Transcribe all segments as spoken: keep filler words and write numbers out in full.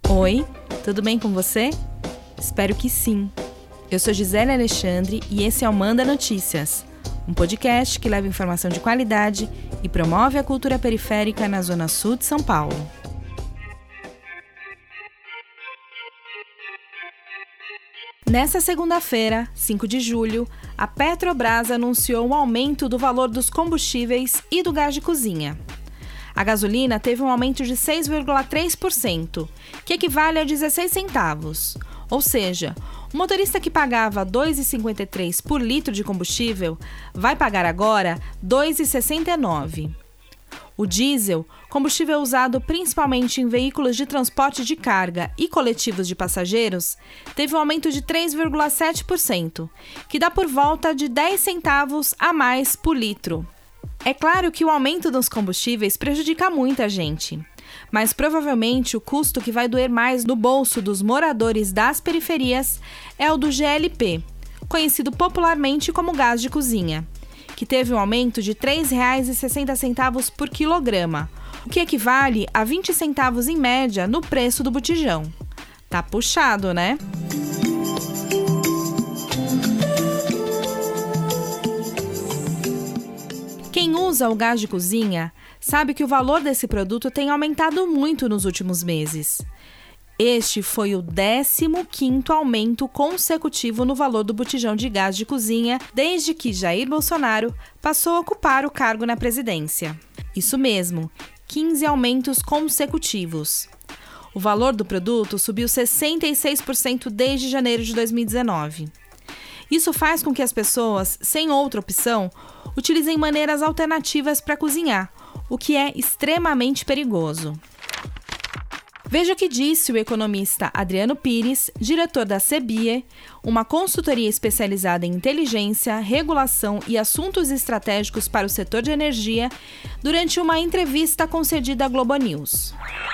Oi, tudo bem com você? Espero que sim. Eu sou Gisele Alexandre e esse é o Manda Notícias, um podcast que leva informação de qualidade e promove a cultura periférica na Zona Sul de São Paulo. Nessa segunda-feira, cinco de julho, a Petrobras anunciou o aumento do valor dos combustíveis e do gás de cozinha. A gasolina teve um aumento de seis vírgula três por cento, que equivale a dezesseis centavos. Ou seja, o motorista que pagava dois reais e cinquenta e três centavos por litro de combustível vai pagar agora dois reais e sessenta e nove centavos. O diesel, combustível usado principalmente em veículos de transporte de carga e coletivos de passageiros, teve um aumento de três vírgula sete por cento, que dá por volta de dez centavos a mais por litro. É claro que o aumento dos combustíveis prejudica muita gente, mas provavelmente o custo que vai doer mais no bolso dos moradores das periferias é o do G L P, conhecido popularmente como gás de cozinha, que teve um aumento de três reais e sessenta centavos por quilograma, o que equivale a vinte centavos em média no preço do botijão. Tá puxado, né? Quem usa o gás de cozinha sabe que o valor desse produto tem aumentado muito nos últimos meses. Este foi o décimo quinto aumento consecutivo no valor do botijão de gás de cozinha desde que Jair Bolsonaro passou a ocupar o cargo na presidência. Isso mesmo, quinze aumentos consecutivos. O valor do produto subiu sessenta e seis por cento desde janeiro de dois mil e dezenove. Isso faz com que as pessoas, sem outra opção, utilizem maneiras alternativas para cozinhar, o que é extremamente perigoso. Veja o que disse o economista Adriano Pires, diretor da Sebie, uma consultoria especializada em inteligência, regulação e assuntos estratégicos para o setor de energia, durante uma entrevista concedida à Globo News.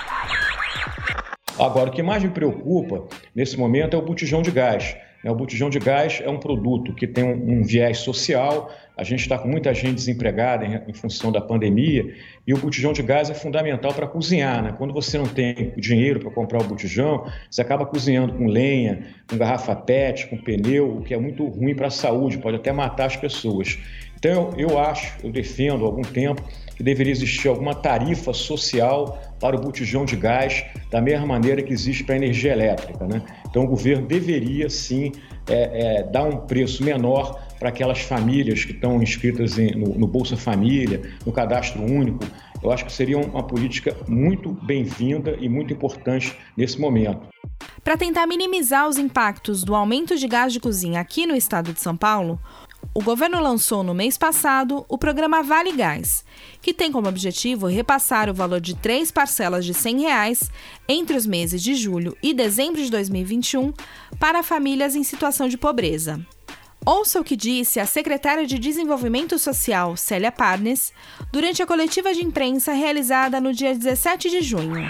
Agora, o que mais me preocupa nesse momento é o botijão de gás. O botijão de gás é um produto que tem um, um viés social, a gente está com muita gente desempregada em, em função da pandemia, e o botijão de gás é fundamental para cozinhar, né? Quando você não tem dinheiro para comprar o botijão, você acaba cozinhando com lenha, com garrafa pet, com pneu, o que é muito ruim para a saúde, pode até matar as pessoas. Então eu, eu acho, eu defendo há algum tempo que deveria existir alguma tarifa social para o botijão de gás, da mesma maneira que existe para a energia elétrica, né? Então o governo deveria sim é, é, dar um preço menor para aquelas famílias que estão inscritas em, no, no Bolsa Família, no Cadastro Único. Eu acho que seria uma política muito bem-vinda e muito importante nesse momento. Para tentar minimizar os impactos do aumento de gás de cozinha aqui no estado de São Paulo, o governo lançou no mês passado o programa Vale Gás, que tem como objetivo repassar o valor de três parcelas de cem reais entre os meses de julho e dezembro de dois mil e vinte e um para famílias em situação de pobreza. Ouça o que disse a secretária de Desenvolvimento Social, Célia Parnes, durante a coletiva de imprensa realizada no dia dezessete de junho.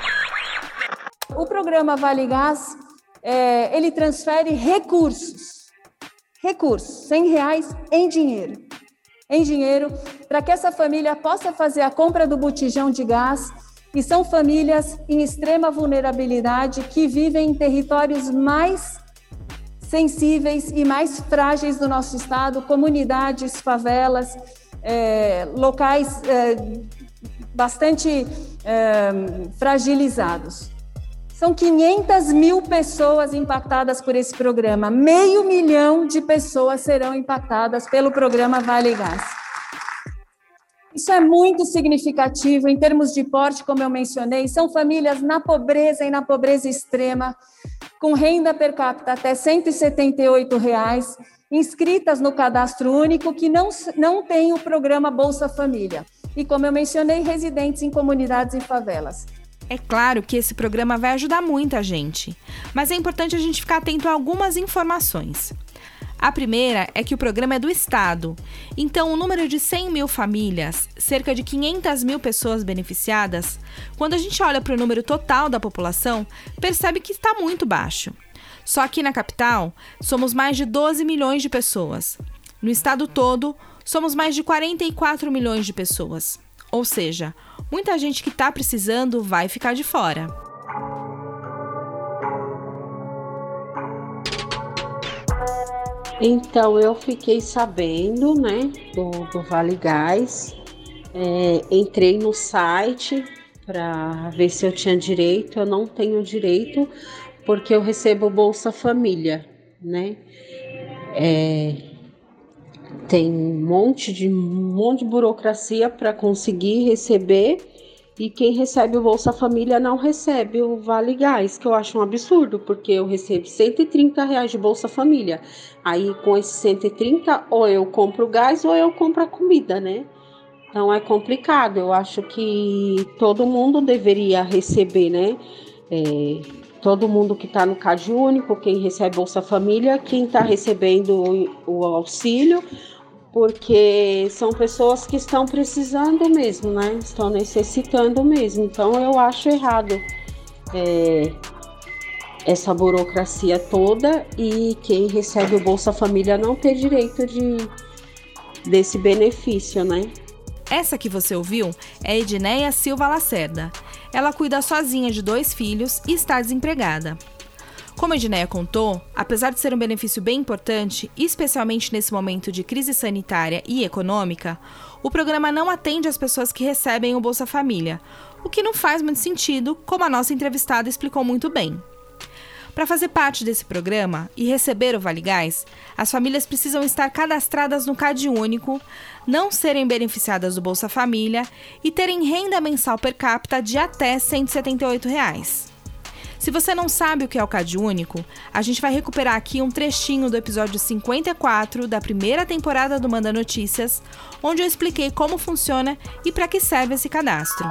O programa Vale Gás, é, ele transfere recursos. Recursos, cem reais em dinheiro, em dinheiro, para que essa família possa fazer a compra do botijão de gás, e são famílias em extrema vulnerabilidade que vivem em territórios mais sensíveis e mais frágeis do nosso estado, comunidades, favelas, é, locais é, bastante é, fragilizados. São quinhentas mil pessoas impactadas por esse programa. Meio milhão de pessoas serão impactadas pelo programa Vale Gás. Isso é muito significativo em termos de porte, como eu mencionei. São famílias na pobreza e na pobreza extrema, com renda per capita até cento e setenta e oito reais, inscritas no Cadastro Único, que não, não tem o programa Bolsa Família. E, como eu mencionei, residentes em comunidades e favelas. É claro que esse programa vai ajudar muita gente, mas é importante a gente ficar atento a algumas informações. A primeira é que o programa é do Estado, então o número de cem mil famílias, cerca de quinhentas mil pessoas beneficiadas, quando a gente olha para o número total da população, percebe que está muito baixo. Só aqui na capital, somos mais de doze milhões de pessoas. No estado todo, somos mais de quarenta e quatro milhões de pessoas. Ou seja, muita gente que está precisando vai ficar de fora. Então, eu fiquei sabendo, né, do, do Vale Gás, é, entrei no site para ver se eu tinha direito. Eu não tenho direito porque eu recebo Bolsa Família, né? É, tem um monte de, um monte de burocracia para conseguir receber, e quem recebe o Bolsa Família não recebe o Vale Gás, que eu acho um absurdo, porque eu recebo cento e trinta reais de Bolsa Família. Aí com esses cento e trinta, ou eu compro gás ou eu compro a comida, né? Então é complicado. Eu acho que todo mundo deveria receber, né? É, todo mundo que está no Cade Único, quem recebe Bolsa Família, quem está recebendo o, o auxílio, porque são pessoas que estão precisando mesmo, né? Estão necessitando mesmo. Então eu acho errado é, essa burocracia toda, e quem recebe o Bolsa Família não ter direito de, desse benefício, né? Essa que você ouviu é Edneia Silva Lacerda. Ela cuida sozinha de dois filhos e está desempregada. Como a Edneia contou, apesar de ser um benefício bem importante, especialmente nesse momento de crise sanitária e econômica, o programa não atende as pessoas que recebem o Bolsa Família, o que não faz muito sentido, como a nossa entrevistada explicou muito bem. Para fazer parte desse programa e receber o Vale Gás, as famílias precisam estar cadastradas no Cade Único, não serem beneficiadas do Bolsa Família e terem renda mensal per capita de até cento e setenta e oito reais. Se você não sabe o que é o Cade Único, a gente vai recuperar aqui um trechinho do episódio cinquenta e quatro da primeira temporada do Manda Notícias, onde eu expliquei como funciona e para que serve esse cadastro.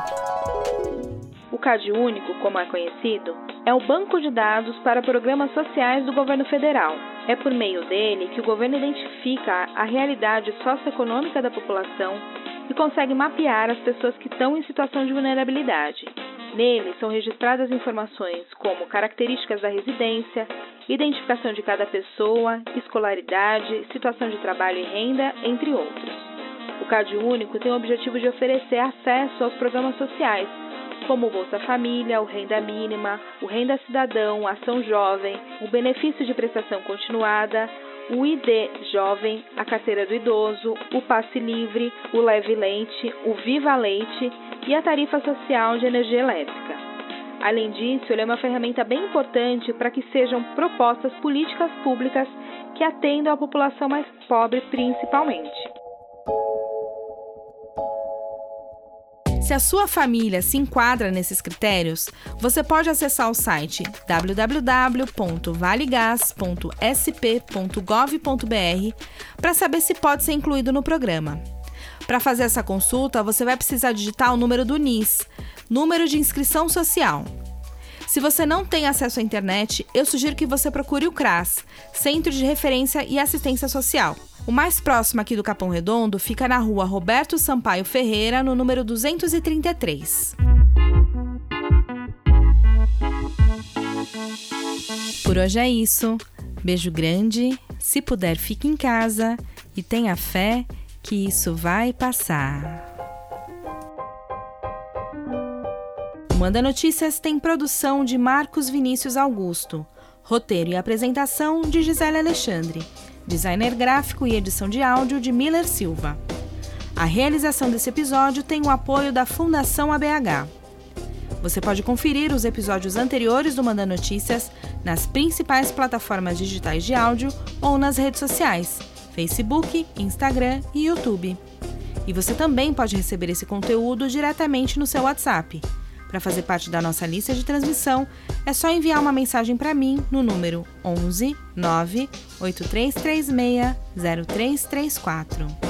O Cade Único, como é conhecido, é o banco de dados para programas sociais do governo federal. É por meio dele que o governo identifica a realidade socioeconômica da população e consegue mapear as pessoas que estão em situação de vulnerabilidade. Nele são registradas informações como características da residência, identificação de cada pessoa, escolaridade, situação de trabalho e renda, entre outros. O Cade Único tem o objetivo de oferecer acesso aos programas sociais, como o Bolsa Família, o Renda Mínima, o Renda Cidadão, Ação Jovem, o Benefício de Prestação Continuada, o I D Jovem, a Carteira do Idoso, o Passe Livre, o Leve Leite, o Viva Leite e a Tarifa Social de Energia Elétrica. Além disso, ele é uma ferramenta bem importante para que sejam propostas políticas públicas que atendam a população mais pobre principalmente. Se a sua família se enquadra nesses critérios, você pode acessar o site w w w ponto valegas ponto s p ponto gov ponto b r para saber se pode ser incluído no programa. Para fazer essa consulta, você vai precisar digitar o número do N I S, Número de Inscrição Social. Se você não tem acesso à internet, eu sugiro que você procure o CRAS, Centro de Referência e Assistência Social. O mais próximo aqui do Capão Redondo fica na rua Roberto Sampaio Ferreira, no número duzentos e trinta e três. Por hoje é isso. Beijo grande, se puder fique em casa e tenha fé que isso vai passar. O Manda Notícias tem produção de Marcos Vinícius Augusto, roteiro e apresentação de Gisele Alexandre, designer gráfico e edição de áudio de Miller Silva. A realização desse episódio tem o apoio da Fundação A B H. Você pode conferir os episódios anteriores do Manda Notícias nas principais plataformas digitais de áudio ou nas redes sociais, Facebook, Instagram e YouTube. E você também pode receber esse conteúdo diretamente no seu WhatsApp. Para fazer parte da nossa lista de transmissão, é só enviar uma mensagem para mim no número onze nove oito três três seis zero três três quatro.